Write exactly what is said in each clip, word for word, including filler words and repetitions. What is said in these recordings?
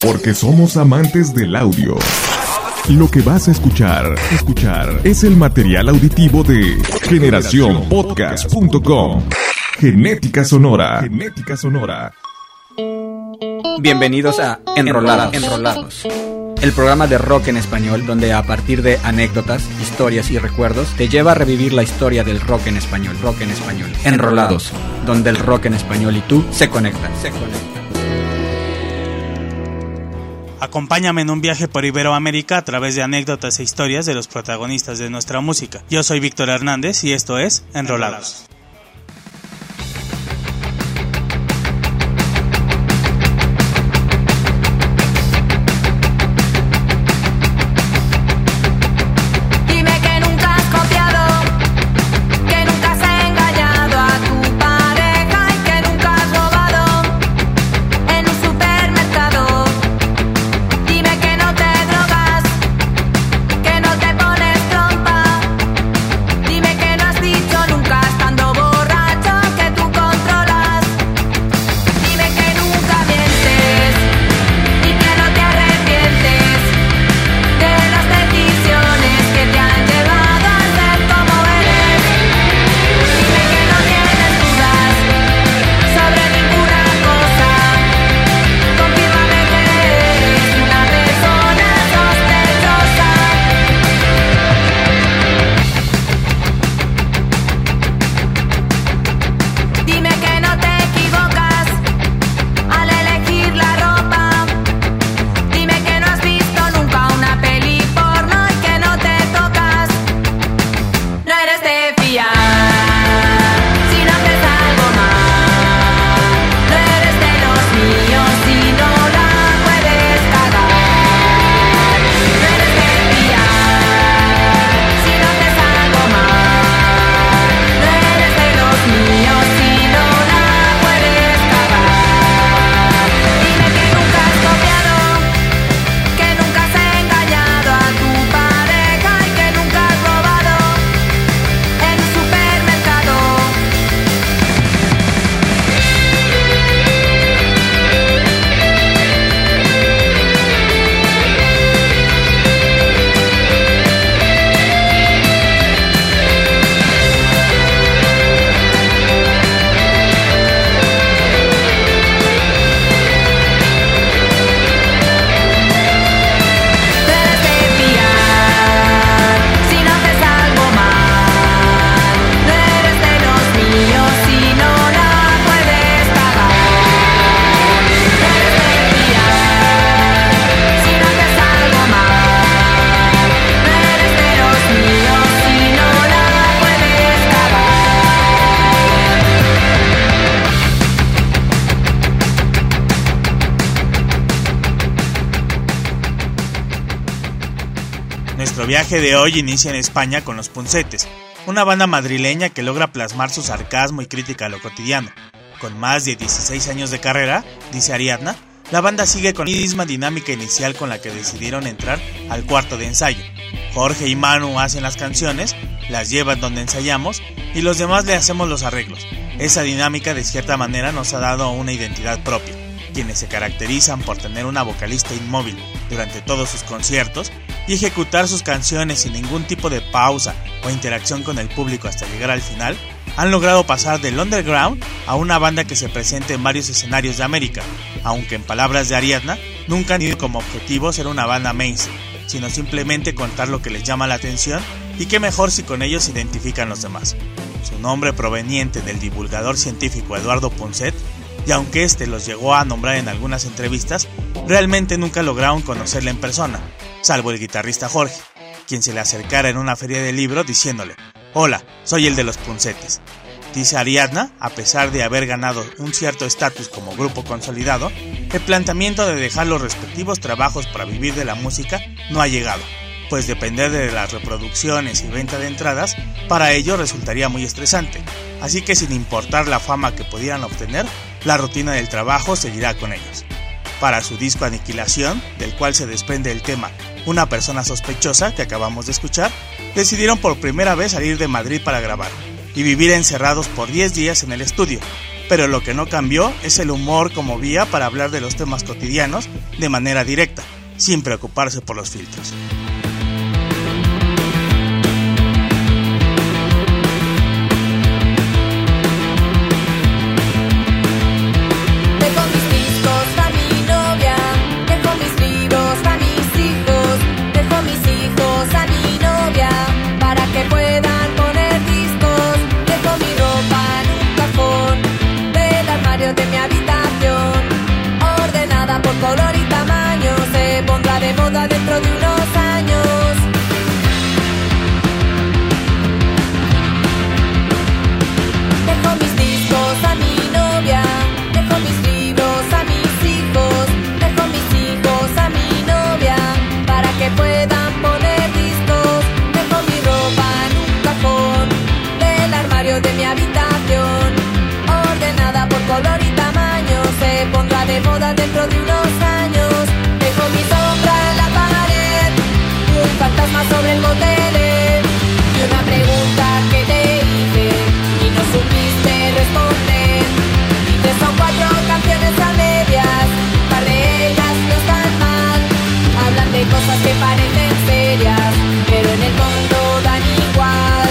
Porque somos amantes del audio. Lo que vas a escuchar, escuchar es el material auditivo de generación podcast punto com. Genética Sonora. Genética Sonora. Bienvenidos a Enrolados. Enrolados, el programa de rock en español donde a partir de anécdotas, historias y recuerdos te lleva a revivir la historia del rock en español. Rock en español. Enrolados, donde el rock en español y tú se conectan. Se conectan. Acompáñame en un viaje por Iberoamérica a través de anécdotas e historias de los protagonistas de nuestra música. Yo soy Víctor Hernández y esto es Enrolados. Nuestro viaje de hoy inicia en España con Los Punsetes, una banda madrileña que logra plasmar su sarcasmo y crítica a lo cotidiano. Con más de dieciséis años de carrera, dice Ariadna, la banda sigue con la misma dinámica inicial con la que decidieron entrar al cuarto de ensayo. Jorge y Manu hacen las canciones, las llevan donde ensayamos y los demás le hacemos los arreglos. Esa dinámica de cierta manera nos ha dado una identidad propia. Quienes se caracterizan por tener una vocalista inmóvil durante todos sus conciertos y ejecutar sus canciones sin ningún tipo de pausa o interacción con el público hasta llegar al final, han logrado pasar del underground a una banda que se presenta en varios escenarios de América, aunque en palabras de Ariadna, nunca han tenido como objetivo ser una banda mainstream, sino simplemente contar lo que les llama la atención y qué mejor si con ellos se identifican los demás. Su nombre proveniente del divulgador científico Eduardo Punset, y aunque este los llegó a nombrar en algunas entrevistas, realmente nunca lograron conocerle en persona, salvo el guitarrista Jorge, quien se le acercara en una feria de libros diciéndole: «Hola, soy el de Los Punsetes». Dice Ariadna, a pesar de haber ganado un cierto estatus como grupo consolidado, el planteamiento de dejar los respectivos trabajos para vivir de la música no ha llegado, pues depender de las reproducciones y venta de entradas para ellos resultaría muy estresante, así que sin importar la fama que pudieran obtener, la rutina del trabajo seguirá con ellos. Para su disco Aniquilación, del cual se desprende el tema Una persona sospechosa que acabamos de escuchar, decidieron por primera vez salir de Madrid para grabar y vivir encerrados por diez días en el estudio, pero lo que no cambió es el humor como vía para hablar de los temas cotidianos de manera directa, sin preocuparse por los filtros. Color y tamaño, se pondrá de moda dentro de unos años. Dejo mis discos a mi novia, dejo mis libros a mis hijos, dejo mis hijos a mi novia, para que puedan poner discos. Dejo mi ropa en un cajón del armario de mi habitación, ordenada por color y tamaño, se pondrá de moda dentro de unos años. Dejo mi sombra en la pared, un fantasma sobre el motel, y una pregunta que te hice y no supiste responder. Y tres o cuatro canciones a medias, un par de ellas no están mal, hablan de cosas que parecen serias, pero en el fondo dan igual.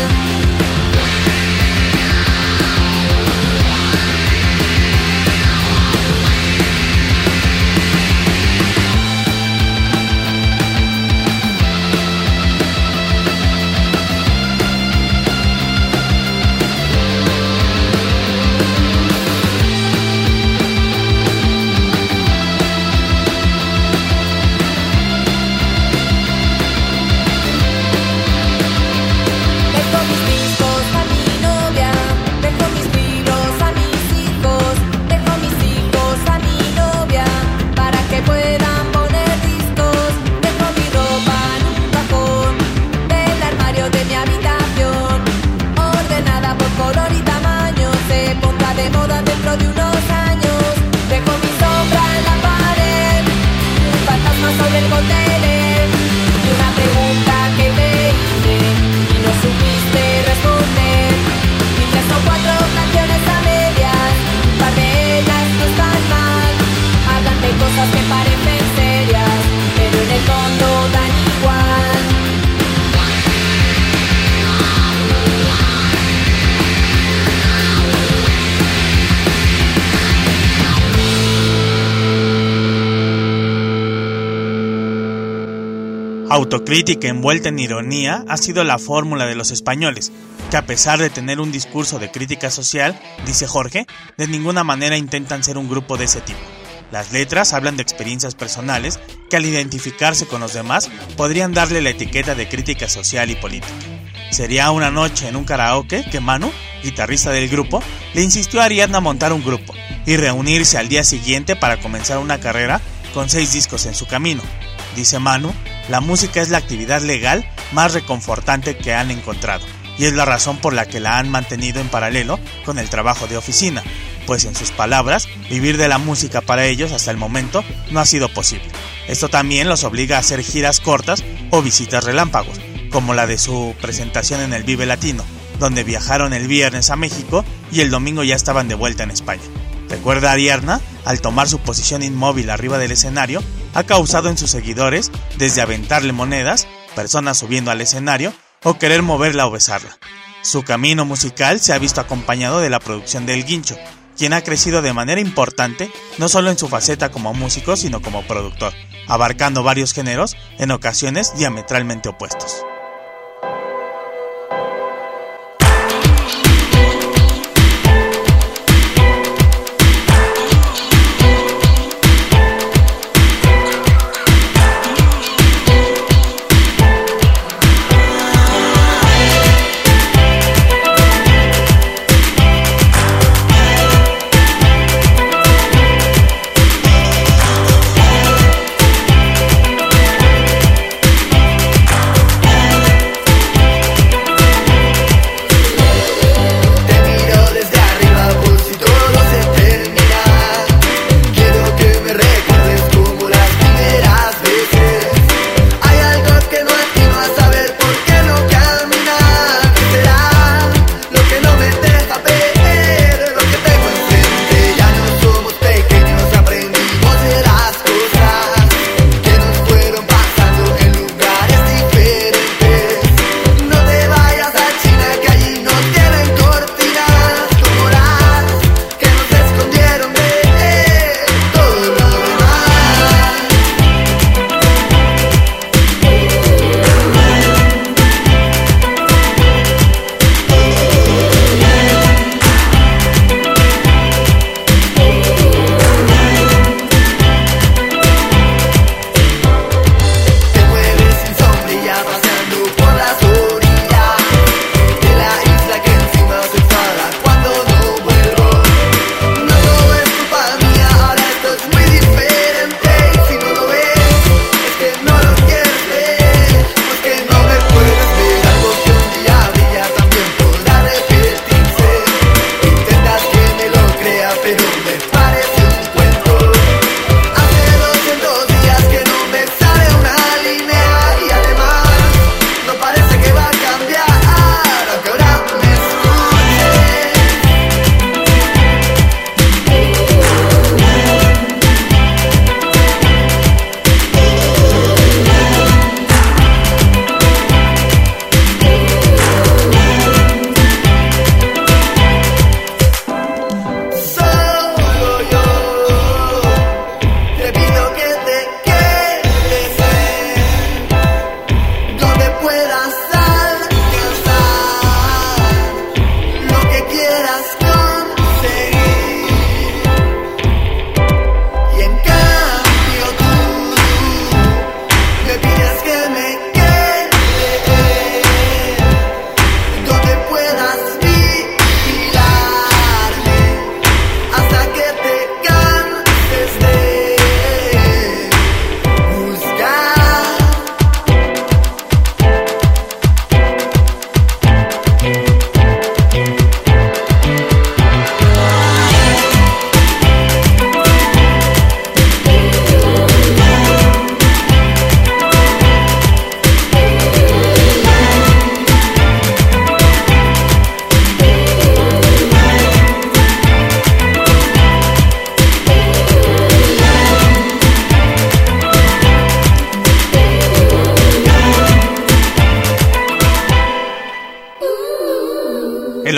Autocrítica envuelta en ironía ha sido la fórmula de los españoles, que a pesar de tener un discurso de crítica social, dice Jorge, de ninguna manera intentan ser un grupo de ese tipo. Las letras hablan de experiencias personales que al identificarse con los demás podrían darle la etiqueta de crítica social y política. Sería una noche en un karaoke que Manu, guitarrista del grupo, le insistió a Ariadna montar un grupo y reunirse al día siguiente para comenzar una carrera con seis discos en su camino. Dice Manu, la música es la actividad legal más reconfortante que han encontrado, y es la razón por la que la han mantenido en paralelo con el trabajo de oficina, pues en sus palabras, vivir de la música para ellos hasta el momento no ha sido posible. Esto también los obliga a hacer giras cortas o visitas relámpagos, como la de su presentación en el Vive Latino, donde viajaron el viernes a México y el domingo ya estaban de vuelta en España. Recuerda Ariadna, al tomar su posición inmóvil arriba del escenario, ha causado en sus seguidores desde aventarle monedas, personas subiendo al escenario o querer moverla o besarla. Su camino musical se ha visto acompañado de la producción de El Guincho, quien ha crecido de manera importante no solo en su faceta como músico sino como productor, abarcando varios géneros en ocasiones diametralmente opuestos.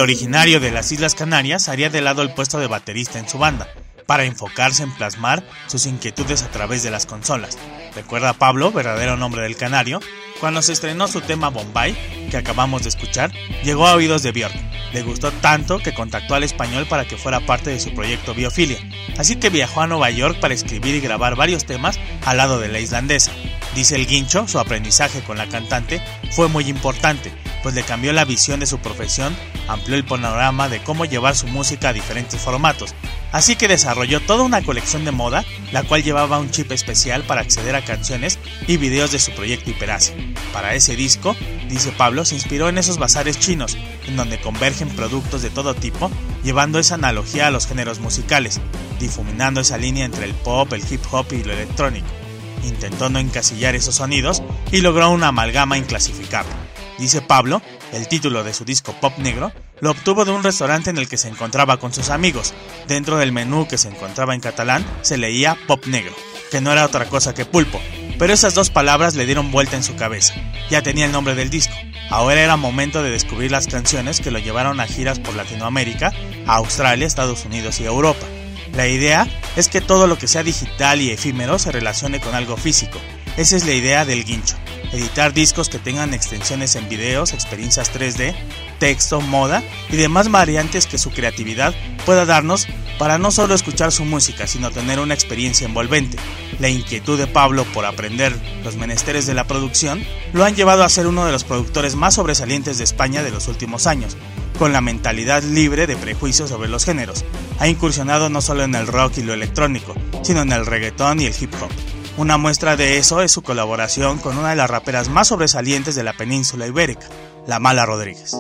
originario de las Islas Canarias haría de lado el puesto de baterista en su banda, para enfocarse en plasmar sus inquietudes a través de las consolas. Recuerda Pablo, verdadero nombre del canario, cuando se estrenó su tema Bombay, que acabamos de escuchar, llegó a oídos de Björk. Le gustó tanto que contactó al español para que fuera parte de su proyecto Biofilia, así que viajó a Nueva York para escribir y grabar varios temas al lado de la islandesa. Dice el Guincho, su aprendizaje con la cantante fue muy importante, pues le cambió la visión de su profesión, amplió el panorama de cómo llevar su música a diferentes formatos, así que desarrolló toda una colección de moda, la cual llevaba un chip especial para acceder a canciones y videos de su proyecto Hiperasia. Para ese disco, dice Pablo, se inspiró en esos bazares chinos, en donde convergen productos de todo tipo, llevando esa analogía a los géneros musicales, difuminando esa línea entre el pop, el hip hop y lo electrónico. Intentó no encasillar esos sonidos y logró una amalgama inclasificable. Dice Pablo, el título de su disco Pop Negro lo obtuvo de un restaurante en el que se encontraba con sus amigos. Dentro del menú, que se encontraba en catalán, se leía Pop Negro, que no era otra cosa que pulpo, pero esas dos palabras le dieron vuelta en su cabeza. Ya tenía el nombre del disco. Ahora era momento de descubrir las canciones que lo llevaron a giras por Latinoamérica, a Australia, Estados Unidos y Europa. La idea es que todo lo que sea digital y efímero se relacione con algo físico. Esa es la idea del Guincho. Editar discos que tengan extensiones en videos, experiencias tres D, texto, moda y demás variantes que su creatividad pueda darnos para no solo escuchar su música, sino tener una experiencia envolvente. La inquietud de Pablo por aprender los menesteres de la producción lo han llevado a ser uno de los productores más sobresalientes de España de los últimos años, con la mentalidad libre de prejuicios sobre los géneros. Ha incursionado no solo en el rock y lo electrónico, sino en el reggaetón y el hip hop. Una muestra de eso es su colaboración con una de las raperas más sobresalientes de la península ibérica, La Mala Rodríguez.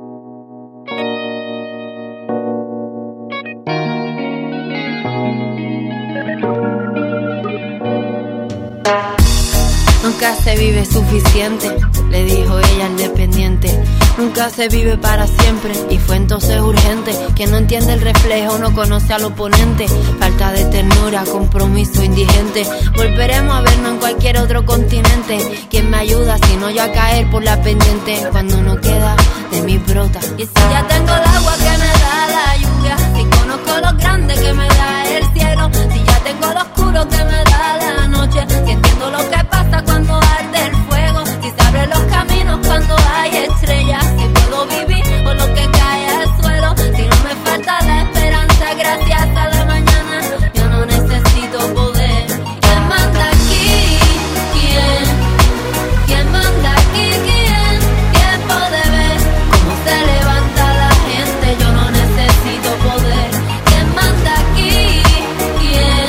Nunca se vive suficiente, le dijo ella al dependiente. Nunca se vive para siempre, y fue entonces urgente. Quien no entiende el reflejo no conoce al oponente. Falta de ternura, compromiso indigente. Volveremos a vernos en cualquier otro continente. ¿Quién me ayuda si no yo a caer por la pendiente? Cuando uno queda de mi brota. Y si ya tengo el agua que me da la lluvia, si conozco lo grande que me da el cielo, si ya tengo lo oscuro que me da la noche, si entiendo lo que pasa cuando arde el fuego, si se abren los caminos cuando hay estrellas, si puedo vivir con lo que cae al suelo, si no me falta la esperanza gracias a la mañana, yo no necesito poder. ¿Quién manda aquí? ¿Quién? ¿Quién manda aquí? ¿Quién? Tiempo de ver cómo se levanta la gente, yo no necesito poder. ¿Quién manda aquí? ¿Quién?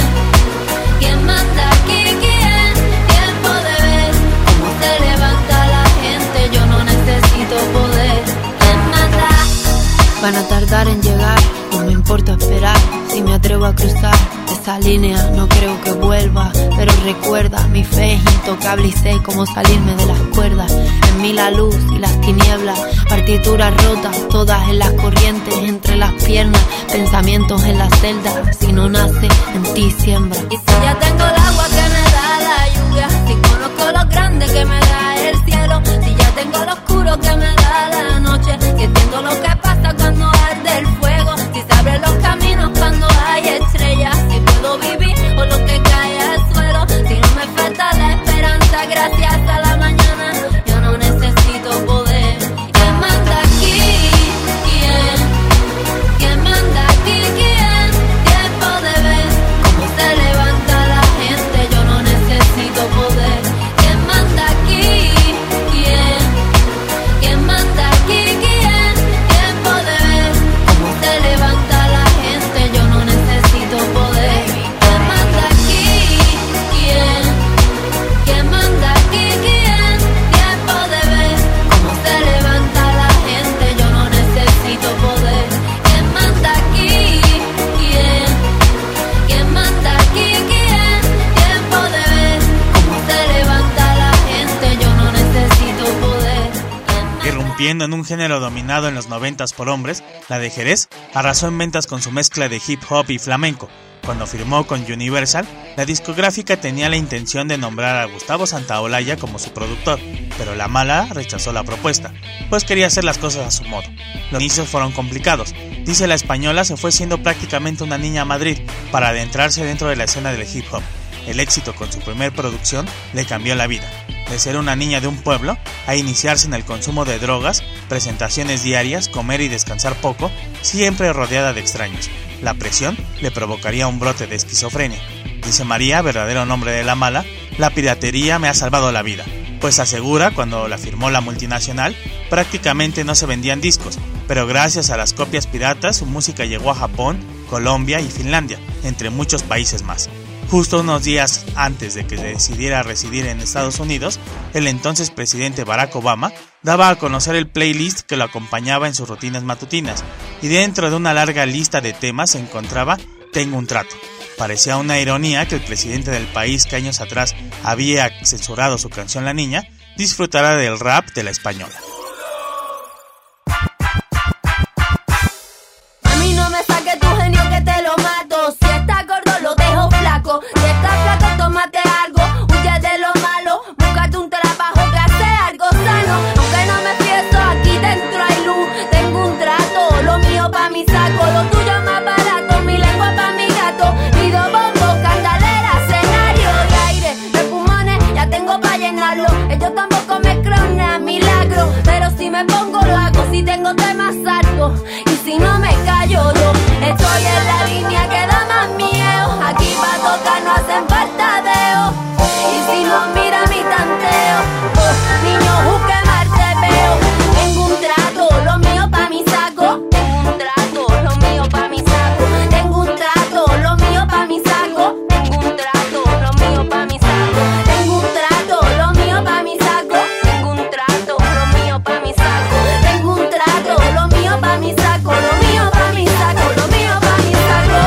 ¿Quién manda aquí? ¿Quién? Tiempo de ver cómo se levanta la gente, yo no necesito poder. ¿Quién manda? Van a tardar en llegar, no me importa esperar. Si me atrevo a cruzar esa línea, no creo que vuelva. Pero recuerda, mi fe es intocable y sé cómo salirme de las cuerdas. En mí la luz y las tinieblas, partituras rotas, todas en las corrientes, entre las piernas, pensamientos en la celda. Si no nace, en ti siembra. Y si ya tengo el agua que me da la lluvia, si conozco lo grande que me da el cielo, si ya tengo lo oscuro que me da la noche, si entiendo lo que pasa cuando arde el fuego, si se abren los caminos cuando hay estrellas, si puedo vivir con lo que cae al suelo, si no me falta la esperanza gracias a la mañana, yo no necesito poder. ¿Quién manda aquí? ¿Quién? ¿Quién manda aquí? ¿Quién? Tiempo de ver cómo se levanta la gente, yo no necesito poder. ¿Quién manda aquí? ¿Quién? ¿Quién manda aquí? ¿Quién? Tiempo de ver cómo se levanta la gente, yo no necesito poder. ¿Quién manda aquí? ¿Quién? ¿Quién manda aquí? ¿Quién? Tiempo de ver cómo se levanta la gente, yo no necesito poder. ¿Quién manda aquí? ¿Quién? ¿Quién manda aquí? ¿Quién? Tiempo de ver cómo se levanta la gente, yo no necesito poder. Irrumpiendo en un género dominado en los noventas por hombres, la de Jerez arrasó en ventas con su mezcla de hip hop y flamenco, Cuando firmó con Universal, la discográfica tenía la intención de nombrar a Gustavo Santaolalla como su productor, pero la Mala rechazó la propuesta, pues quería hacer las cosas a su modo. Los inicios fueron complicados. Dice la española se fue siendo prácticamente una niña a Madrid para adentrarse dentro de la escena del hip hop. El éxito con su primer producción le cambió la vida. De ser una niña de un pueblo, a iniciarse en el consumo de drogas, presentaciones diarias, comer y descansar poco, siempre rodeada de extraños. La presión le provocaría un brote de esquizofrenia. Dice María, verdadero nombre de la Mala, la piratería me ha salvado la vida, pues asegura cuando la firmó la multinacional, prácticamente no se vendían discos, pero gracias a las copias piratas su música llegó a Japón, Colombia y Finlandia, entre muchos países más. Justo unos días antes de que se decidiera residir en Estados Unidos, el entonces presidente Barack Obama daba a conocer el playlist que lo acompañaba en sus rutinas matutinas, y dentro de una larga lista de temas se encontraba Tengo un trato. Parecía una ironía que el presidente del país que años atrás había censurado su canción La Niña, disfrutara del rap de la española. A mí no me saques tu genio que te lo mato. Si estás gordo lo dejo flaco. Si estás flaco tómate algo. Huye de lo malo. Búscate un trabajo que hace algo sano. Aunque no me fieso, aquí dentro hay luz. Tengo un trato, lo mío pa' mi saco. Lo tuyo más barato, mi lengua pa' mi gato. Pido bombo, candalera, escenario y aire. De pulmones ya tengo pa' llenarlo. Ellos tampoco me creen nada milagro. Pero si me pongo lo hago, si tengo temas altos. Y si no me callo yo, estoy en la línea que da más miedo. Aquí pa' tocar no hacen falta dedos. Y si no mira mi tanteo, oh, niño busque más te veo. Tengo un trato, lo mío pa' mi saco. Tengo un trato, lo mío pa' mi saco. Tengo un trato, lo mío pa' mi saco. Tengo un trato, lo mío pa' mi saco. Tengo un trato, lo mío pa' mi saco. Tengo un trato, lo mío pa' mi saco. Tengo un trato, lo mío pa' mi saco. Lo mío pa' mi saco, lo mío pa' mi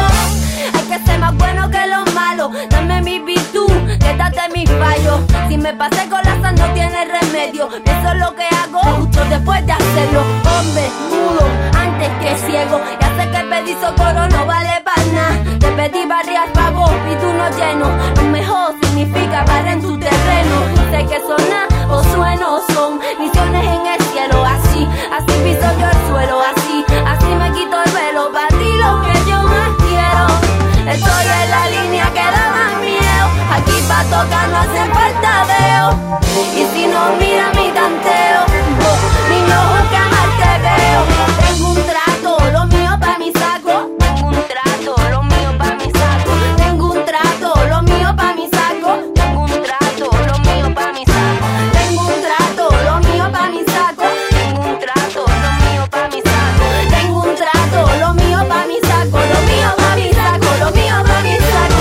saco. Hay que ser más bueno que los malos. Dame mi virtud, quédate mis fallos. Si me pasé con la sal no tiene remedio. Eso es lo que hago justo después de hacerlo. Hombre, mudo, antes que ciego. Ya sé que pedir socorro no vale para nada. Te pedí barriar favor y tú no lleno. Lo mejor significa barrer en tu terreno. Sé que sonar o sueno son misiones en el cielo. Así, así piso yo el suelo. Así, así me quito el velo. Para ti lo que yo más quiero. Estoy en la línea que da más miedo. Aquí pa' tocar no hace falta veo. Y si no mira mi tanteo, oh, niño busca más te veo. Tengo un trato, lo mío pa' mi saco. Tengo un trato, lo mío pa' mi saco. Tengo un trato, lo mío pa' mi saco. Tengo un trato, lo mío pa' mi saco. Tengo un trato, lo mío pa' mi saco. Tengo un trato, lo mío pa' mi saco. Tengo un trato, lo mío pa' mi saco. Lo mío pa' mi saco, lo mío pa' mi saco.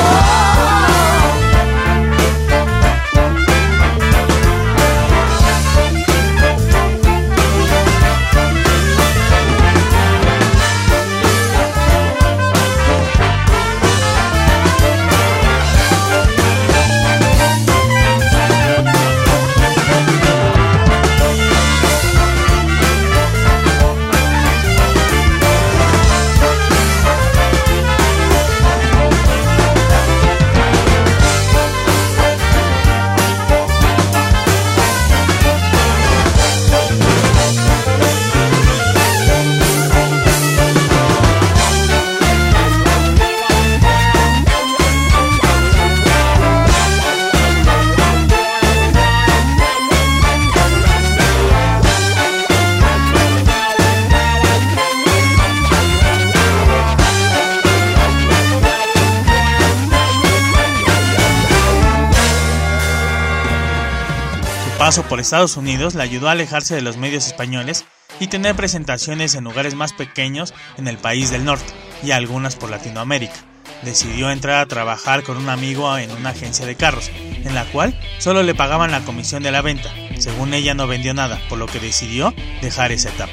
Paso por Estados Unidos le ayudó a alejarse de los medios españoles y tener presentaciones en lugares más pequeños en el país del norte y algunas por Latinoamérica. Decidió entrar a trabajar con un amigo en una agencia de carros, en la cual solo le pagaban la comisión de la venta. Según ella no vendió nada, por lo que decidió dejar esa etapa.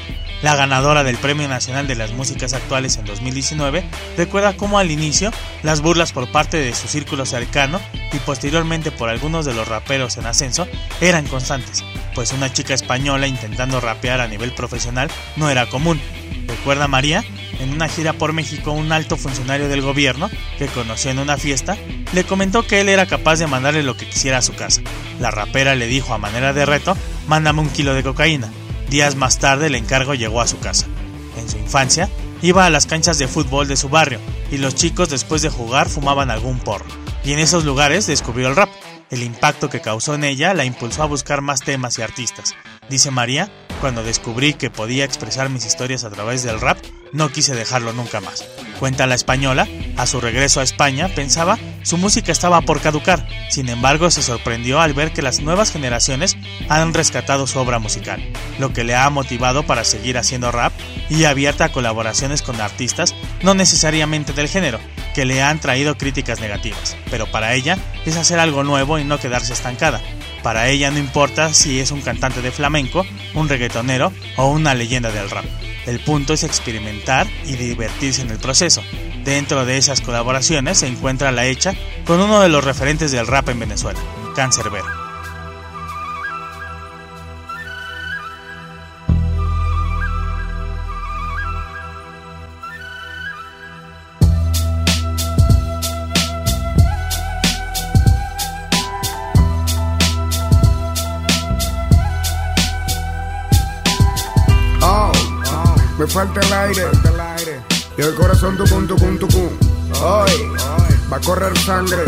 la ganadora del Premio Nacional de las Músicas Actuales en dos mil diecinueve, recuerda cómo al inicio las burlas por parte de su círculo cercano y posteriormente por algunos de los raperos en ascenso eran constantes, pues una chica española intentando rapear a nivel profesional no era común. Recuerda María, en una gira por México, un alto funcionario del gobierno que conoció en una fiesta le comentó que él era capaz de mandarle lo que quisiera a su casa. La rapera le dijo a manera de reto: mándame un kilo de cocaína. Días más tarde el encargo llegó a su casa. En su infancia iba a las canchas de fútbol de su barrio y los chicos después de jugar fumaban algún porro, y en esos lugares descubrió el rap. El impacto que causó en ella la impulsó a buscar más temas y artistas. Dice María: cuando descubrí que podía expresar mis historias a través del rap, no quise dejarlo nunca más. Cuenta la española, a su regreso a España pensaba su música estaba por caducar, sin embargo se sorprendió al ver que las nuevas generaciones han rescatado su obra musical, lo que le ha motivado para seguir haciendo rap y abierta a colaboraciones con artistas no necesariamente del género, que le han traído críticas negativas, pero para ella es hacer algo nuevo y no quedarse estancada. Para ella no importa si es un cantante de flamenco, un reggaetonero o una leyenda del rap. El punto es experimentar y divertirse en el proceso. Dentro de esas colaboraciones se encuentra la hecha con uno de los referentes del rap en Venezuela, Canserbero. Me falta el aire, y el corazón tucum, tucum, tucum. Hoy va a correr sangre,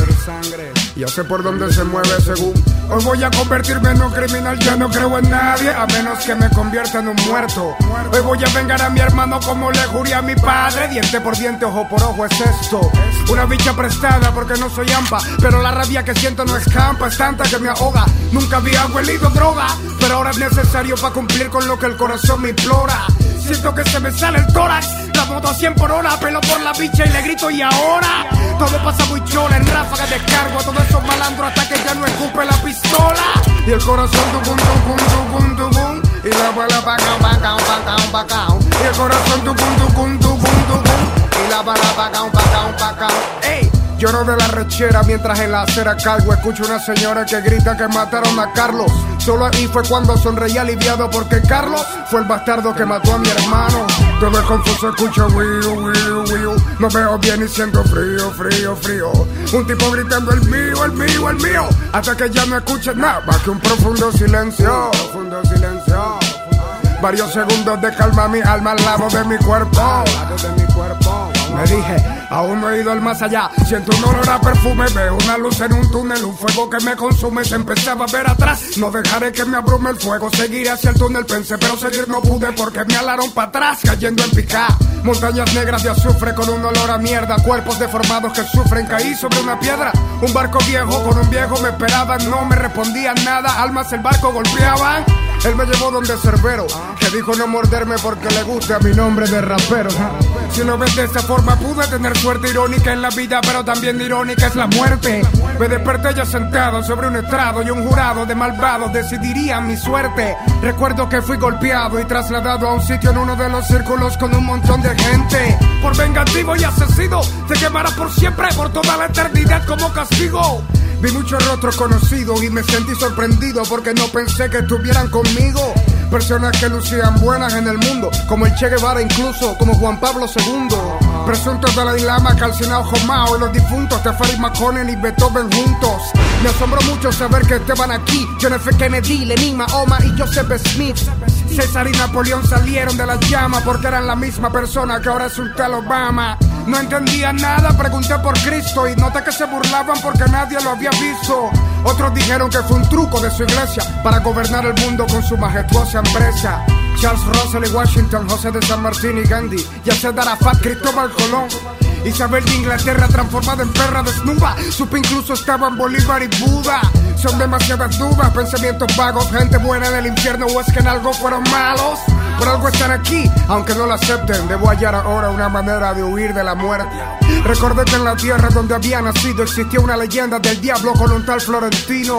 ya sé por dónde se mueve según. Hoy voy a convertirme en un criminal, ya no creo en nadie, a menos que me convierta en un muerto. Hoy voy a vengar a mi hermano como le juré a mi padre, diente por diente, ojo por ojo es esto. Una bicha prestada porque no soy ampa, pero la rabia que siento no escampa, es tanta que me ahoga. Nunca había huelido droga, pero ahora es necesario para cumplir con lo que el corazón me implora. Siento que se me sale el tórax, la moto a cien por hora, pelo por la bicha y le grito y ahora. Todo pasa muy chola, en ráfaga descargo a todos esos malandros hasta que ya no escupe la pistola. Y el corazón tucum, tucum, tucum, tucum, y la bala pacao, pacao, pacao, pacao. Y el corazón tucum, tucum, tucum, tucum, y la bala pacao, pacao, pacao. Ey, lloro de la rechera mientras en la acera cargo escucho una señora que grita que mataron a Carlos. Solo ahí fue cuando sonreí aliviado porque Carlos fue el bastardo que mató a mi hermano. Todo es confuso, escucho wiu, wiu, wiu. No veo bien y siento frío, frío, frío. Un tipo gritando el mío, el mío, el mío, hasta que ya no escuche nada más que un profundo silencio. Profundo silencio. Varios segundos de calma mi alma al lado de mi cuerpo. Al lado de mi cuerpo. Me dije, aún no he ido al más allá. Siento un olor a perfume, veo una luz en un túnel, un fuego que me consume. Se empezaba a ver atrás, no dejaré que me abrume el fuego. Seguiré hacia el túnel, pensé, pero seguir no pude porque me alaron para atrás, cayendo en picá. Montañas negras de azufre con un olor a mierda, cuerpos deformados que sufren. Caí sobre una piedra, un barco viejo con un viejo me esperaban. No me respondían nada, almas el barco golpeaban. Él me llevó donde Cerbero, que dijo no morderme porque le gusta mi nombre de rapero. Si lo ves de esa forma pude tener suerte irónica en la vida, pero también irónica es la muerte. Me desperté ya sentado sobre un estrado y un jurado de malvados decidirían mi suerte. Recuerdo que fui golpeado y trasladado a un sitio en uno de los círculos con un montón de gente. Por vengativo y asesino, te quemará por siempre, por toda la eternidad como castigo. Vi muchos rostros conocidos y me sentí sorprendido porque no pensé que estuvieran conmigo. Personas que lucían buenas en el mundo, como el Che Guevara, incluso como Juan Pablo segundo. Presuntos Dalai Lama, calcinado Jomao y los difuntos Teferi Makonnen y Beethoven juntos. Me asombró mucho saber que estaban aquí John F. Kennedy, Lenin, Mahoma y Joseph Smith. César y Napoleón salieron de las llamas porque eran la misma persona que ahora es Sultán Obama. No entendía nada, pregunté por Cristo y noté que se burlaban porque nadie lo había visto. Otros dijeron que fue un truco de su iglesia para gobernar el mundo con su majestuosa empresa. Charles Russell y Washington, José de San Martín y Gandhi, Yasser Arafat, Cristóbal Colón, Isabel de Inglaterra transformada en perra desnuda. Supe incluso estaban Bolívar y Buda. Son demasiadas dudas, pensamientos vagos, gente buena del infierno o es que en algo fueron malos. Por algo están aquí, aunque no lo acepten. Debo hallar ahora una manera de huir de la muerte. Recordé que en la tierra donde había nacido existía una leyenda del diablo con un tal Florentino.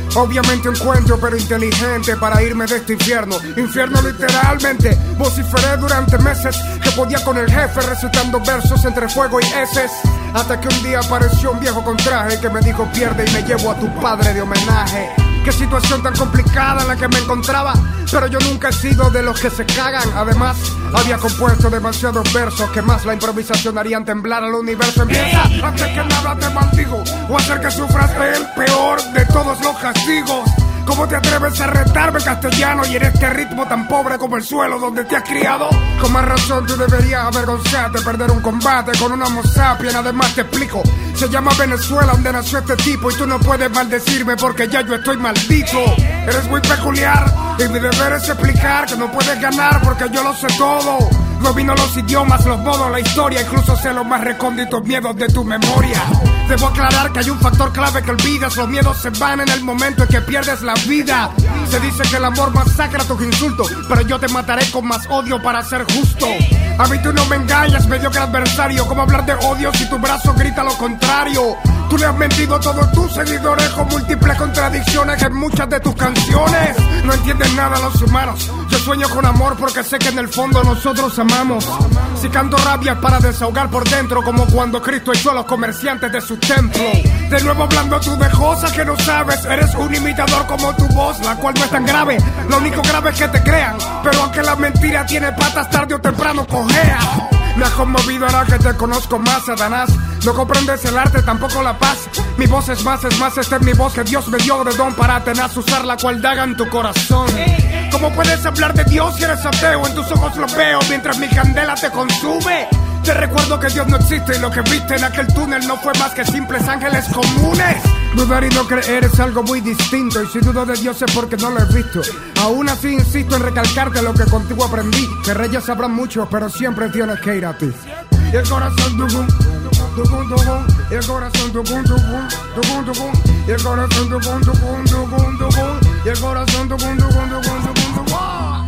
Obviamente un cuento pero inteligente para irme de este infierno. Infierno literalmente. Vociferé durante meses que podía con el jefe recitando versos entre fuego y heces. Hasta que un día apareció un viejo con traje que me dijo pierde y me llevo a tu padre de homenaje. Qué situación tan complicada en la que me encontraba, pero yo nunca he sido de los que se cagan. Además, había compuesto demasiados versos que más la improvisación harían temblar al universo. Empieza, antes que nada te maldigo, o hacer que sufras el peor de todos los castigos. ¿Cómo te atreves a retarme castellano y en este ritmo tan pobre como el suelo donde te has criado? Con más razón tú deberías avergonzarte, perder un combate con una homo sapien. Además te explico, se llama Venezuela donde nació este tipo y tú no puedes maldecirme porque ya yo estoy maldito. Eres muy peculiar y mi deber es explicar que no puedes ganar porque yo lo sé todo. Domino los idiomas, los modos, la historia, incluso sé los más recónditos miedos de tu memoria. Debo aclarar que hay un factor clave que olvidas, los miedos se van en el momento en que pierdes la vida. Se dice que el amor masacra tus insultos, pero yo te mataré con más odio para ser justo. A mí tú no me engañas, mediocre adversario. ¿Cómo hablar de odio si tu brazo grita lo contrario? Tú le has mentido a todos tus seguidores con múltiples contradicciones en muchas de tus canciones. No entienden nada los humanos. Yo sueño con amor porque sé que en el fondo nosotros amamos. Si canto rabia es para desahogar por dentro, como cuando Cristo echó a los comerciantes de su templo. De nuevo hablando tú de cosas que no sabes. Eres un imitador como tu voz, la cual no es tan grave. Lo único grave es que te crean, pero aunque la mentira tiene patas, tarde o temprano cojea. Me has conmovido ahora que te conozco más, Satanás. No comprendes el arte, tampoco la paz. Mi voz es más, es más, esta es mi voz que Dios me dio de don para tenaz usar la cual daga en tu corazón. ¿Cómo puedes hablar de Dios si eres ateo? En tus ojos lo veo mientras mi candela te consume. Te recuerdo que Dios no existe y lo que viste en aquel túnel no fue más que simples ángeles comunes. Dudar y no creer es algo muy distinto, y si dudo de Dios es porque no lo he visto. Aún así insisto en recalcarte lo que contigo aprendí, que reyes sabrán mucho, pero siempre tienes que ir a ti. Y el corazón tucum, tucum, tucum, y el corazón tucum, tucum, tucum, tucum, y el corazón tucum, tucum, tucum, tucum, y el corazón tucum, tucum, tucum, tucum, tucum.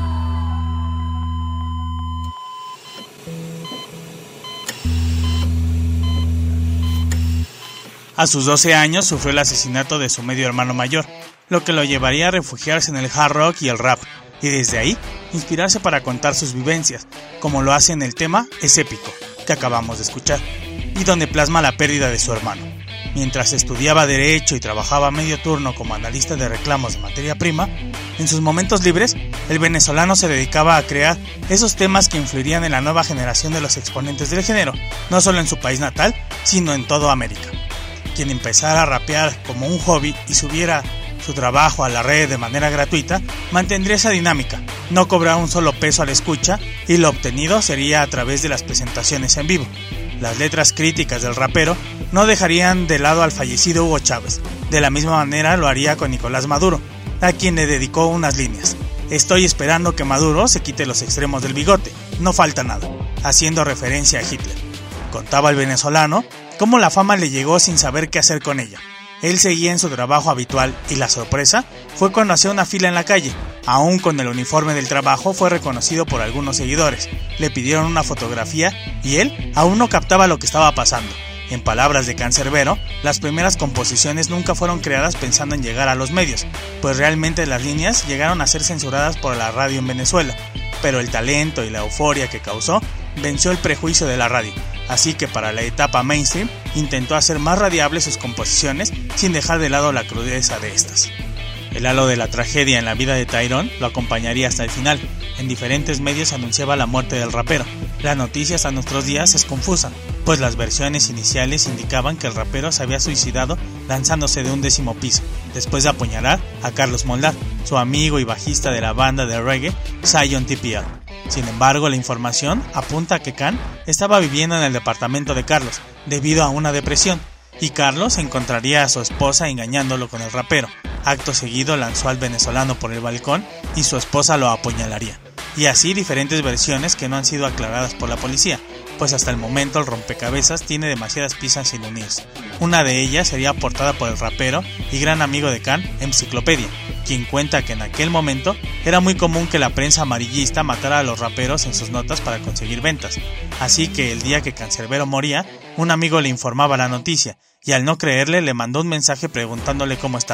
A sus doce años sufrió el asesinato de su medio hermano mayor, lo que lo llevaría a refugiarse en el hard rock y el rap, y desde ahí inspirarse para contar sus vivencias, como lo hace en el tema Es Épico, que acabamos de escuchar, y donde plasma la pérdida de su hermano. Mientras estudiaba Derecho y trabajaba a medio turno como analista de reclamos de materia prima, en sus momentos libres, el venezolano se dedicaba a crear esos temas que influirían en la nueva generación de los exponentes del género, no solo en su país natal, sino en toda América. Quien empezara a rapear como un hobby y subiera su trabajo a la red de manera gratuita, mantendría esa dinámica, no cobraba un solo peso a la escucha y lo obtenido sería a través de las presentaciones en vivo. Las letras críticas del rapero no dejarían de lado al fallecido Hugo Chávez, de la misma manera lo haría con Nicolás Maduro, a quien le dedicó unas líneas. Estoy esperando que Maduro se quite los extremos del bigote, no falta nada, haciendo referencia a Hitler. Contaba el venezolano cómo la fama le llegó sin saber qué hacer con ella. Él seguía en su trabajo habitual y la sorpresa fue cuando hacía una fila en la calle. Aún con el uniforme del trabajo fue reconocido por algunos seguidores. Le pidieron una fotografía y él aún no captaba lo que estaba pasando. En palabras de Canserbero, las primeras composiciones nunca fueron creadas pensando en llegar a los medios, pues realmente las líneas llegaron a ser censuradas por la radio en Venezuela. Pero el talento y la euforia que causó venció el prejuicio de la radio. Así que para la etapa mainstream intentó hacer más radiables sus composiciones sin dejar de lado la crudeza de estas. El halo de la tragedia en la vida de Tyrone lo acompañaría hasta el final. En diferentes medios se anunciaba la muerte del rapero. La noticia hasta nuestros días es confusa, pues las versiones iniciales indicaban que el rapero se había suicidado lanzándose de un décimo piso, después de apuñalar a Carlos Moldar, su amigo y bajista de la banda de reggae Zion T P R. Sin embargo, la información apunta a que Khan estaba viviendo en el departamento de Carlos debido a una depresión, y Carlos encontraría a su esposa engañándolo con el rapero. Acto seguido lanzó al venezolano por el balcón y su esposa lo apuñalaría. Y así diferentes versiones que no han sido aclaradas por la policía, pues hasta el momento el rompecabezas tiene demasiadas piezas sin unirse. Una de ellas sería aportada por el rapero y gran amigo de Khan, Enciclopedia, quien cuenta que en aquel momento era muy común que la prensa amarillista matara a los raperos en sus notas para conseguir ventas. Así que el día que Canserbero moría, un amigo le informaba la noticia, y al no creerle le mandó un mensaje preguntándole cómo estaba.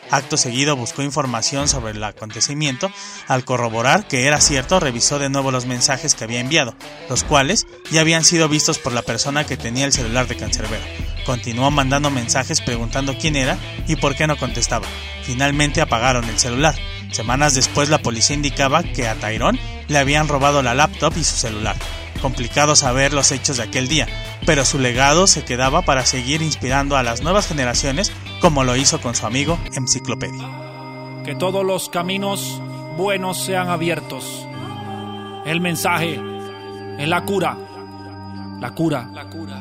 Acto seguido buscó información sobre el acontecimiento. Al corroborar que era cierto, revisó de nuevo los mensajes que había enviado, los cuales ya habían sido vistos por la persona que tenía el celular de Cancerbero. Continuó mandando mensajes preguntando quién era y por qué no contestaba. Finalmente apagaron el celular. Semanas después la policía indicaba que a Tyrone le habían robado la laptop y su celular. Complicado saber los hechos de aquel día, pero su legado se quedaba para seguir inspirando a las nuevas generaciones como lo hizo con su amigo Enciclopedia. Que todos los caminos buenos sean abiertos. El mensaje es la cura. La cura. La cura.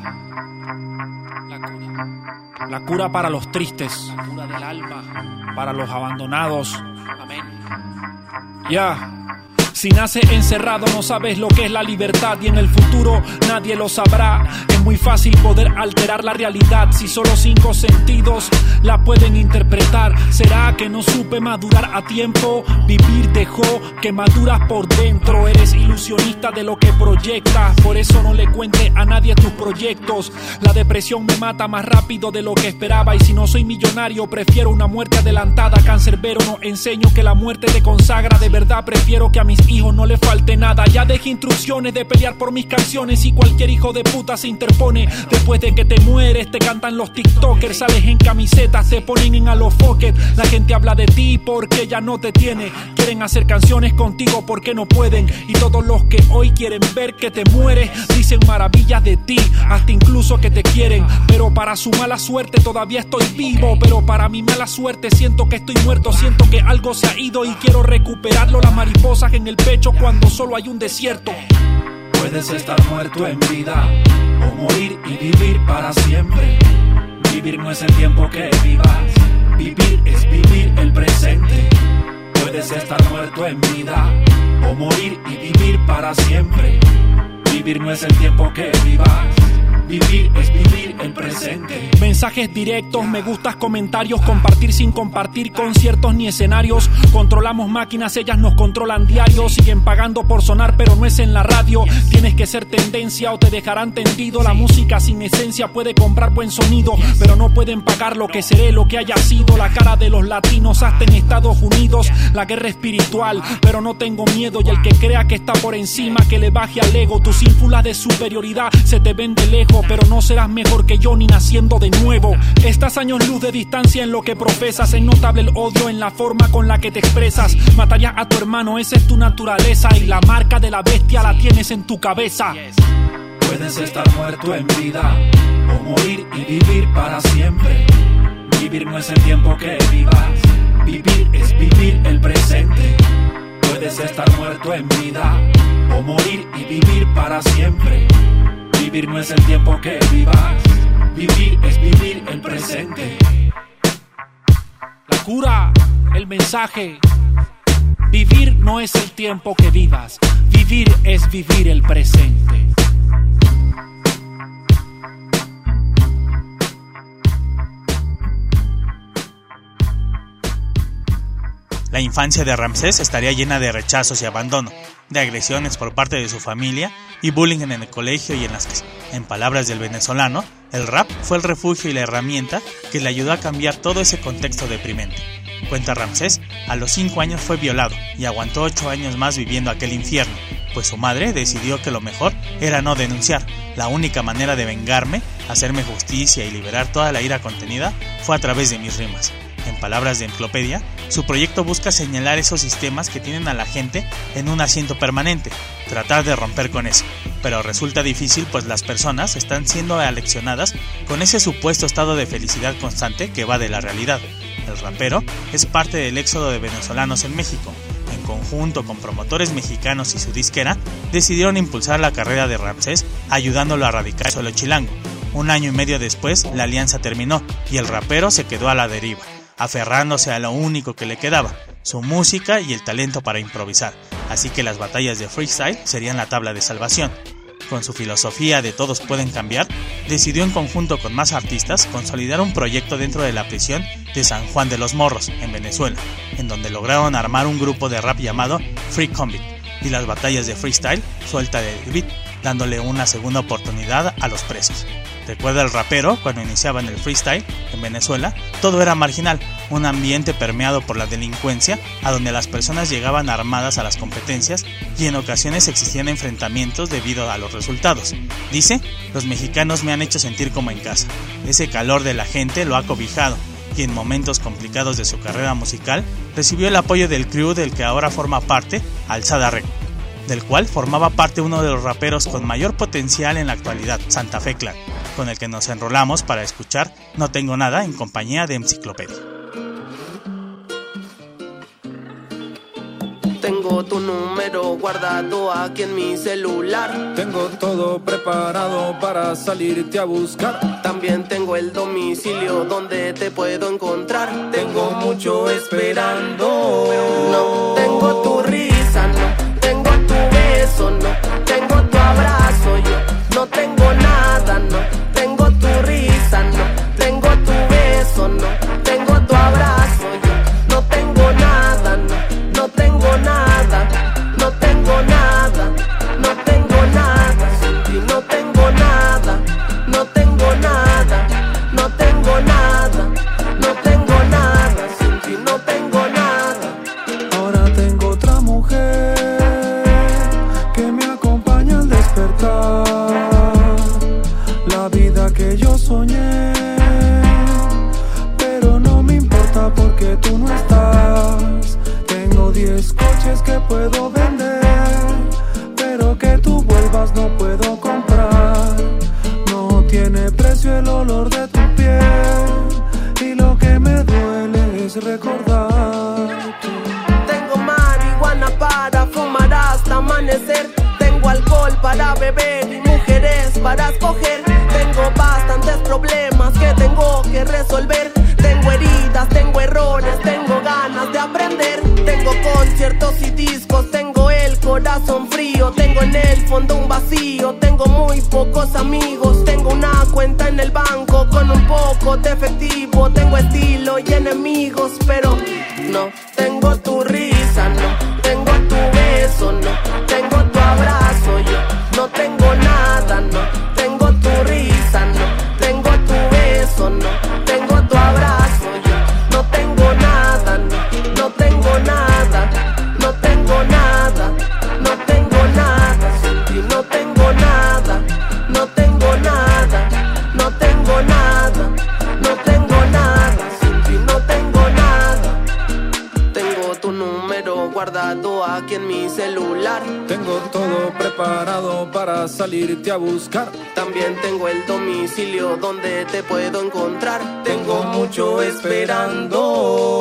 La cura. La cura para los tristes. La cura del alma. Para los abandonados. Amén. Ya. Yeah. Si naces encerrado no sabes lo que es la libertad y en el futuro nadie lo sabrá. Es muy fácil poder alterar la realidad si solo cinco sentidos la pueden interpretar. ¿Será que no supe madurar a tiempo? Vivir dejó que maduras por dentro. Eres ilusionista de lo que proyectas, por eso no le cuentes a nadie tus proyectos. La depresión me mata más rápido de lo que esperaba y si no soy millonario prefiero una muerte adelantada. Cancerbero, no enseño que la muerte te consagra. De verdad prefiero que a mis hijos no le falte nada. Ya dejé instrucciones de pelear por mis canciones y cualquier hijo de puta se interpone. Después de que te mueres te cantan los tiktokers, sales en camisetas, te ponen en alofoque. La gente habla de ti porque ya no te tiene. Quieren hacer canciones contigo porque no pueden. Y todos los que hoy quieren ver que te mueres dicen maravillas de ti, hasta incluso que te quieren. Pero para su mala suerte todavía estoy vivo. Pero para mi mala suerte siento que estoy muerto. Siento que algo se ha ido y quiero recuperarlo. Las mariposas en el pecho cuando solo hay un desierto. Puedes estar muerto en vida o morir y vivir para siempre. Vivir no es el tiempo que vivas, vivir es vivir el presente. Puedes estar muerto en vida o morir y vivir para siempre. Vivir no es el tiempo que vivas, vivir es vivir el presente. Mensajes directos, me gustas, comentarios, compartir sin compartir conciertos ni escenarios. Controlamos máquinas, ellas nos controlan diario. Siguen pagando por sonar, pero no es en la radio. Tienes que ser tendencia o te dejarán tendido. La música sin esencia puede comprar buen sonido, pero no pueden pagar lo que seré, lo que haya sido. La cara de los latinos hasta en Estados Unidos. La guerra espiritual, pero no tengo miedo. Y el que crea que está por encima, que le baje al ego. Tus ínfulas de superioridad se te ven de lejos, pero no serás mejor que yo ni naciendo de nuevo. Estás años luz de distancia en lo que profesas. Es notable el odio en la forma con la que te expresas. Matarías a tu hermano, esa es tu naturaleza. Y la marca de la bestia la tienes en tu cabeza. Puedes estar muerto en vida o morir y vivir para siempre. Vivir no es el tiempo que vivas, vivir es vivir el presente. Puedes estar muerto en vida o morir y vivir para siempre. Vivir no es el tiempo que vivas, vivir es vivir el presente. La cura, el mensaje. Vivir no es el tiempo que vivas, vivir es vivir el presente. La infancia de Ramsés estaría llena de rechazos y abandono, de agresiones por parte de su familia y bullying en el colegio y en las casas. En palabras del venezolano, el rap fue el refugio y la herramienta que le ayudó a cambiar todo ese contexto deprimente. Cuenta Ramsés, a los cinco años fue violado y aguantó ocho años más viviendo aquel infierno, pues su madre decidió que lo mejor era no denunciar. La única manera de vengarme, hacerme justicia y liberar toda la ira contenida fue a través de mis rimas. En palabras de Enciclopedia, su proyecto busca señalar esos sistemas que tienen a la gente en un asiento permanente, tratar de romper con eso. Pero resulta difícil pues las personas están siendo aleccionadas con ese supuesto estado de felicidad constante que va de la realidad. El rapero es parte del éxodo de venezolanos en México. En conjunto con promotores mexicanos y su disquera, decidieron impulsar la carrera de Ramsés, ayudándolo a radicar solo chilango. Un año y medio después, la alianza terminó y el rapero se quedó a la deriva, aferrándose a lo único que le quedaba, su música y el talento para improvisar, así que las batallas de freestyle serían la tabla de salvación. Con su filosofía de todos pueden cambiar, decidió en conjunto con más artistas consolidar un proyecto dentro de la prisión de San Juan de los Morros, en Venezuela, en donde lograron armar un grupo de rap llamado Free Convict, y las batallas de freestyle suelta de beat, dándole una segunda oportunidad a los presos. Recuerda el rapero cuando iniciaba en el freestyle en Venezuela, todo era marginal, un ambiente permeado por la delincuencia, a donde las personas llegaban armadas a las competencias y en ocasiones existían enfrentamientos debido a los resultados. Dice, los mexicanos me han hecho sentir como en casa, ese calor de la gente lo ha cobijado, y en momentos complicados de su carrera musical, recibió el apoyo del crew del que ahora forma parte, Alzada Records, del cual formaba parte uno de los raperos con mayor potencial en la actualidad, Santa Fe Clan, con el que nos enrolamos para escuchar No Tengo Nada en compañía de Enciclopedia. Tengo tu número guardado aquí en mi celular. Tengo todo preparado para salirte a buscar. También tengo el domicilio donde te puedo encontrar. Tengo mucho esperando. No tengo tu risa, no tengo tu beso, no tengo tu abrazo. Yo no tengo nada, no tengo tu risa, no tengo tu beso, no tengo tu abrazo. Yo no tengo nada, no no tengo nada, no tengo nada, no tengo nada, sin ti no tengo nada, no tengo nada, no tengo nada, no tengo nada, sin ti no tengo nada. Ahora tengo otra mujer que me acompaña al despertar, la vida que yo soñé, pero no me importa porque tú no estás. Tengo diez coches que puedo vender, pero que tú vuelvas no puedo comprar. No tiene precio el olor de tu piel, y lo que me duele es recordarte. Tengo marihuana para fumar hasta amanecer. Tengo alcohol para beber y mujeres para escoger. Tengo bastantes problemas que tengo que resolver. Tengo heridas, tengo errores, tengo ganas de aprender. Tengo conciertos y discos, tengo el corazón frío. Tengo en el fondo un vacío, tengo muy pocos amigos. Tengo una cuenta en el banco con un poco de efectivo. Tengo estilo y enemigos, pero no tengo tu risa, no tengo tu beso, no tengo tu abrazo. Yo no tengo nada, no tengo tu risa, no tengo tu beso, no tengo tu abrazo. Yo no tengo nada, no, no tengo nada, no tengo nada, no tengo nada, sin ti no tengo nada, no tengo nada, no tengo nada, no tengo nada, sin ti no tengo nada. Tengo tu número guardado aquí en mi celular. Tengo todo preparado para salirte a buscar. También tengo el domicilio donde te puedo encontrar. Tengo mucho esperando.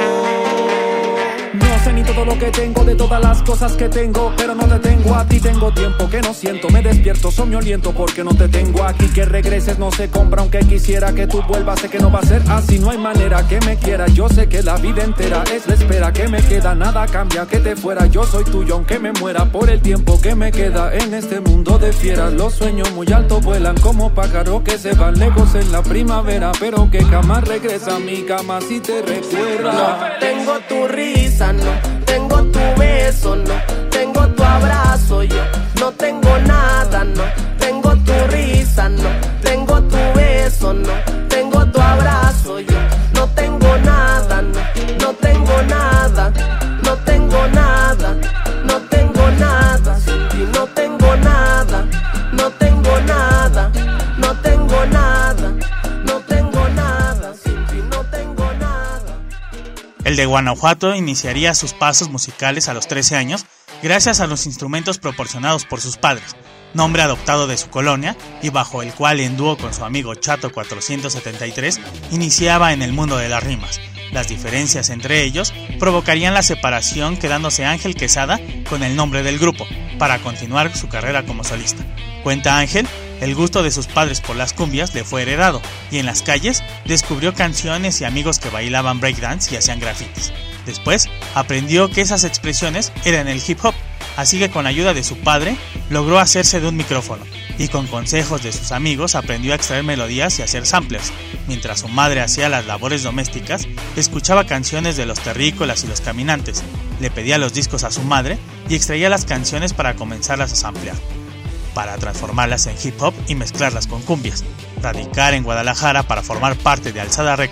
No sé ni todo lo que tengo de todas las cosas que tengo, pero no te tengo a ti. Tengo tiempo que no siento, me despierto soñoliento porque no te tengo aquí. Que regreses no se compra, aunque quisiera que tú vuelvas. Sé que no va a ser así, no hay manera que me quiera. Yo sé que la vida entera es la espera que me queda. Nada cambia que te fuera, yo soy tuyo aunque me muera. Por el tiempo que me queda en este mundo de fieras. Los sueños muy alto vuelan como pájaros que se van lejos en la primavera, pero que jamás regresa a mi cama si te recuerda. No tengo tu risa, no tengo tu beso, no tengo tu abrazo. Yo no tengo nada, no tengo tu risa, no tengo tu beso, no tengo tu abrazo. Yo no tengo nada, no, no tengo nada, no tengo nada, no tengo nada, sin ti no tengo nada, no tengo nada, no tengo nada, no tengo nada, sin ti no tengo nada. El de Guanajuato iniciaría sus pasos musicales a los trece años gracias a los instrumentos proporcionados por sus padres, nombre adoptado de su colonia y bajo el cual en dúo con su amigo Chato cuatrocientos setenta y tres iniciaba en el mundo de las rimas. Las diferencias entre ellos provocarían la separación, quedándose Ángel Quesada con el nombre del grupo para continuar su carrera como solista. Cuenta Ángel, el gusto de sus padres por las cumbias le fue heredado y en las calles descubrió canciones y amigos que bailaban breakdance y hacían grafitis. Después aprendió que esas expresiones eran el hip hop, así que con ayuda de su padre logró hacerse de un micrófono y con consejos de sus amigos aprendió a extraer melodías y hacer samplers. Mientras su madre hacía las labores domésticas, escuchaba canciones de los terrícolas y los caminantes, le pedía los discos a su madre y extraía las canciones para comenzarlas a samplear, para transformarlas en hip hop y mezclarlas con cumbias. Radicar en Guadalajara para formar parte de Alzada Records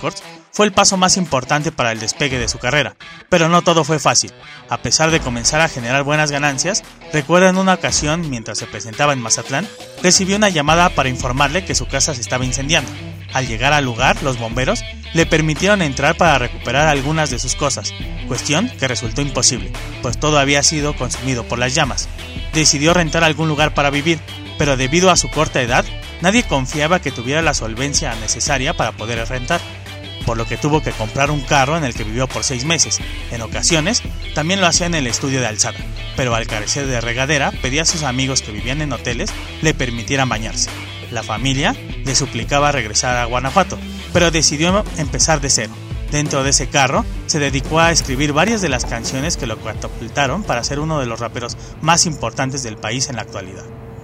fue el paso más importante para el despegue de su carrera, pero no todo fue fácil. A pesar de comenzar a generar buenas ganancias, recuerda en una ocasión, mientras se presentaba en Mazatlán, recibió una llamada para informarle que su casa se estaba incendiando. Al llegar al lugar, los bomberos le permitieron entrar para recuperar algunas de sus cosas, cuestión que resultó imposible, pues todo había sido consumido por las llamas. Decidió rentar algún lugar para vivir, pero debido a su corta edad, nadie confiaba que tuviera la solvencia necesaria para poder rentar, por lo que tuvo que comprar un carro en el que vivió por seis meses. En ocasiones, también lo hacía en el estudio de alzada, pero al carecer de regadera, pedía a sus amigos que vivían en hoteles le permitieran bañarse. La familia le suplicaba regresar a Guanajuato, pero decidió empezar de cero. Dentro de ese carro, se dedicó a escribir varias de las canciones que lo catapultaron para ser uno de los raperos más importantes del país en la actualidad.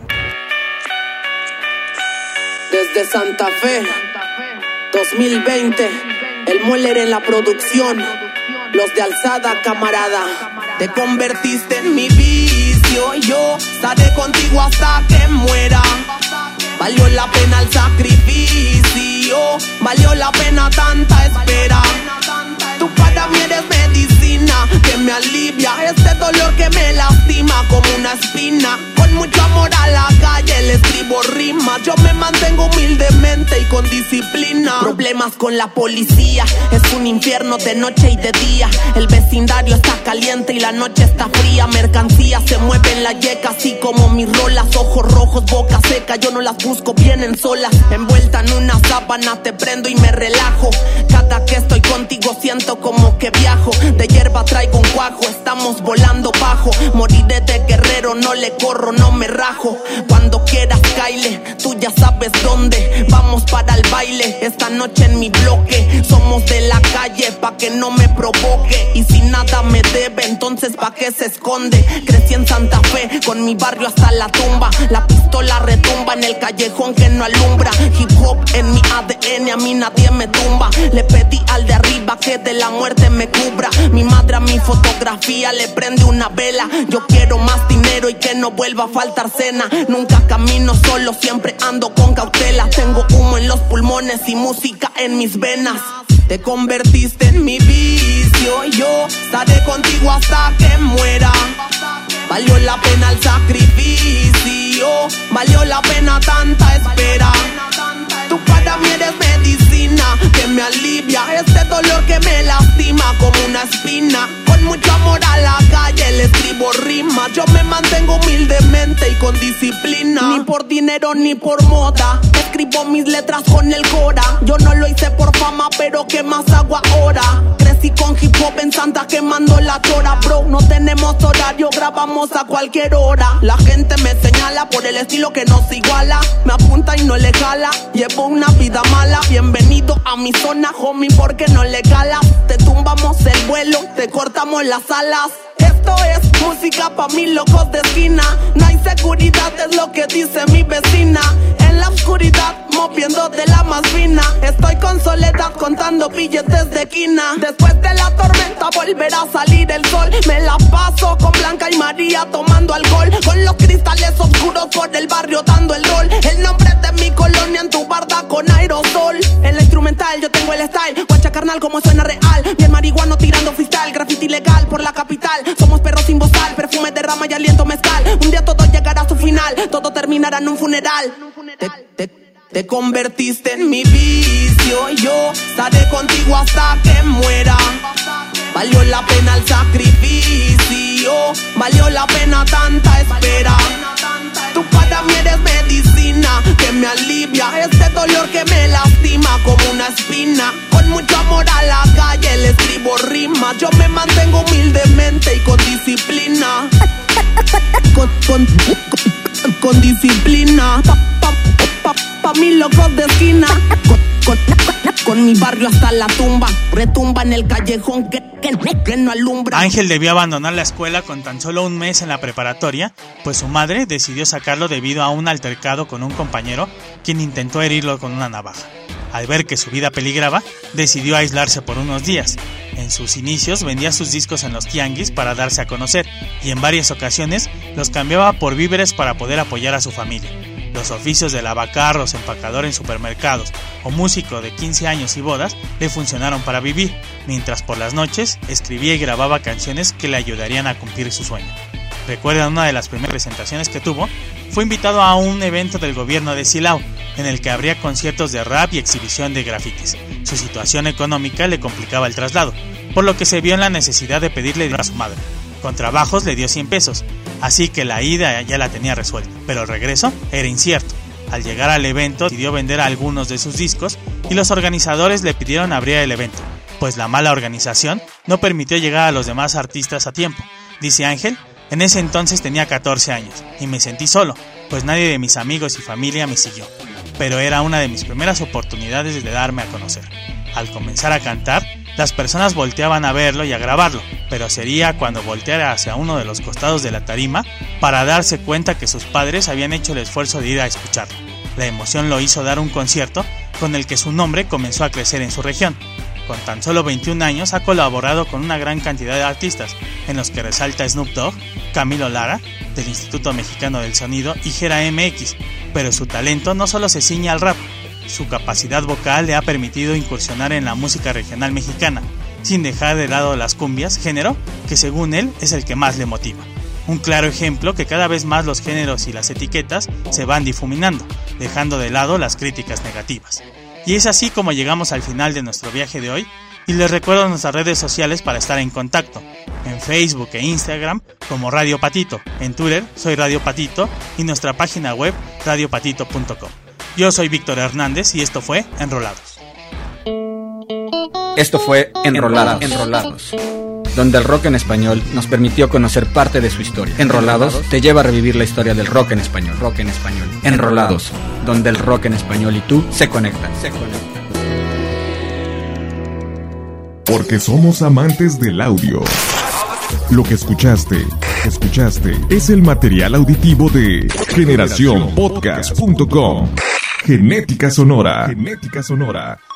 Desde Santa Fe, dos mil veinte, el Moller en la producción, los de alzada, camarada. Te convertiste en mi vicio, yo estaré contigo hasta que muera. Valió la pena el sacrificio, valió la pena tanta espera. Tú para mí eres medicina que me alivia este dolor que me lastima como una espina. Con mucho amor a la calle le escribo rimas. Yo me mantengo humildemente y con disciplina. Problemas con la policía, es un infierno de noche y de día. El vecindario está caliente y la noche está fría. Mercancía se mueve en la yeca así como mis rolas. Ojos rojos, boca seca, yo no las busco, vienen solas. Envuelta en una sábana te prendo y me relajo. Cada que estoy contigo siento como que viajo. De hierba traigo un cuajo, estamos volando bajo. Moriré de guerrero, no le corro, no me rajo. Cuando quieras caile, tú ya sabes dónde. Vamos para el baile, esta noche en mi bloque. Somos de la calle, pa' que no me provoque. Y si nada me debe, entonces pa' qué se esconde. Crecí en Santa Fe, con mi barrio hasta la tumba. La pistola retumba en el callejón que no alumbra. Hip hop en mi A D N, a mí nadie me tumba. Le pedí al de arriba que de la muerte me cubra. Mi madre a mi fotografía le prende una vela. Yo quiero más dinero y que no vuelva a faltar cena. Nunca camino solo, siempre ando con cautela. Tengo humo en los pulmones y música en mis venas. Te convertiste en mi vicio, yo estaré contigo hasta que muera. Valió la pena el sacrificio, valió la pena tanta espera. Tú para mí eres medicina que me alivia este dolor que me lastima como una espina. Con mucho amor a la calle le escribo rimas. Yo me mantengo humildemente y con disciplina. Ni por dinero ni por moda, escribo mis letras con el cora. Yo no lo hice por fama, pero ¿qué más hago ahora? Crecí con hip hop en Santa quemando la chora. Bro, no tenemos horario, grabamos a cualquier hora. La gente me señala por el estilo que nos iguala. Me apunta y no le jala, llevo una vida mala. Bienvenido a mi zona, homie, porque no le cala. Te tumbamos el vuelo, te cortamos las alas. Esto es música pa' mis locos de esquina. No hay seguridad, es lo que dice mi vecina. En la oscuridad, moviendo de la más fina. Estoy con soledad contando billetes de quina. Después de la tormenta volverá a salir el sol. Me la paso con Blanca y María tomando alcohol. Con los cristales oscuros por el barrio dando el rol. El nombre de mi colonia en tu barda con aerosol. En la instrumental yo tengo el style. Guacha carnal como suena real. Bien marihuano tirando freestyle. Graffiti ilegal por la capital. Somos perros sin bozal, perfume de rama y aliento mezcal. Un día todo llegará a su final, todo terminará en un funeral. Te, te, te convertiste en mi vicio, yo estaré contigo hasta que muera. Valió la pena el sacrificio, valió la pena tanta espera. Tú para mí eres medicina que me alivia este dolor que me lastima como una espina. Con mucho amor a la calle le escribo rimas. Yo me mantengo humildemente y con disciplina. Con, con, con, con disciplina. Pa, pa, pa, pa, pa mis locos de esquina. Con, con, con mi barrio hasta la tumba. Retumba en el callejón que, que, que no alumbra. Ángel debió abandonar la escuela con tan solo un mes en la preparatoria, pues su madre decidió sacarlo debido a un altercado con un compañero, quien intentó herirlo con una navaja. Al ver que su vida peligraba, decidió aislarse por unos días. En sus inicios vendía sus discos en los tianguis para darse a conocer, y en varias ocasiones los cambiaba por víveres para poder apoyar a su familia. Los oficios de lavacarros, empacador en supermercados o músico de quince años y bodas le funcionaron para vivir, mientras por las noches escribía y grababa canciones que le ayudarían a cumplir su sueño. Recuerdan una de las primeras presentaciones que tuvo, fue invitado a un evento del gobierno de Silao, en el que habría conciertos de rap y exhibición de grafitis. Su situación económica le complicaba el traslado, por lo que se vio en la necesidad de pedirle dinero a su madre. Con trabajos le dio cien pesos, así que la ida ya la tenía resuelta, pero el regreso era incierto. Al llegar al evento decidió vender algunos de sus discos y los organizadores le pidieron abrir el evento, pues la mala organización no permitió llegar a los demás artistas a tiempo. Dice Ángel: en ese entonces tenía catorce años y me sentí solo, pues nadie de mis amigos y familia me siguió, pero era una de mis primeras oportunidades de darme a conocer. Al comenzar a cantar, las personas volteaban a verlo y a grabarlo, pero sería cuando volteara hacia uno de los costados de la tarima para darse cuenta que sus padres habían hecho el esfuerzo de ir a escucharlo. La emoción lo hizo dar un concierto con el que su nombre comenzó a crecer en su región. Con tan solo veintiún años ha colaborado con una gran cantidad de artistas, en los que resalta Snoop Dogg, Camilo Lara, del Instituto Mexicano del Sonido, y Gera M X, pero su talento no solo se ciñe al rap. Su capacidad vocal le ha permitido incursionar en la música regional mexicana, sin dejar de lado las cumbias, género que según él es el que más le motiva. Un claro ejemplo que cada vez más los géneros y las etiquetas se van difuminando, dejando de lado las críticas negativas. Y es así como llegamos al final de nuestro viaje de hoy, y les recuerdo nuestras redes sociales para estar en contacto. En Facebook e Instagram como Radio Patito, en Twitter soy Radio Patito y nuestra página web radio patito punto com. Yo soy Víctor Hernández y esto fue Enrolados. Esto fue Enrolados, Enrolados, donde el rock en español nos permitió conocer parte de su historia. Enrolados te lleva a revivir la historia del rock en español, rock en español. Enrolados, donde el rock en español y tú se conectan, se conectan. Porque somos amantes del audio. Lo que escuchaste, escuchaste, es el material auditivo de generación podcast punto com. Genética Sonora. Genética Sonora.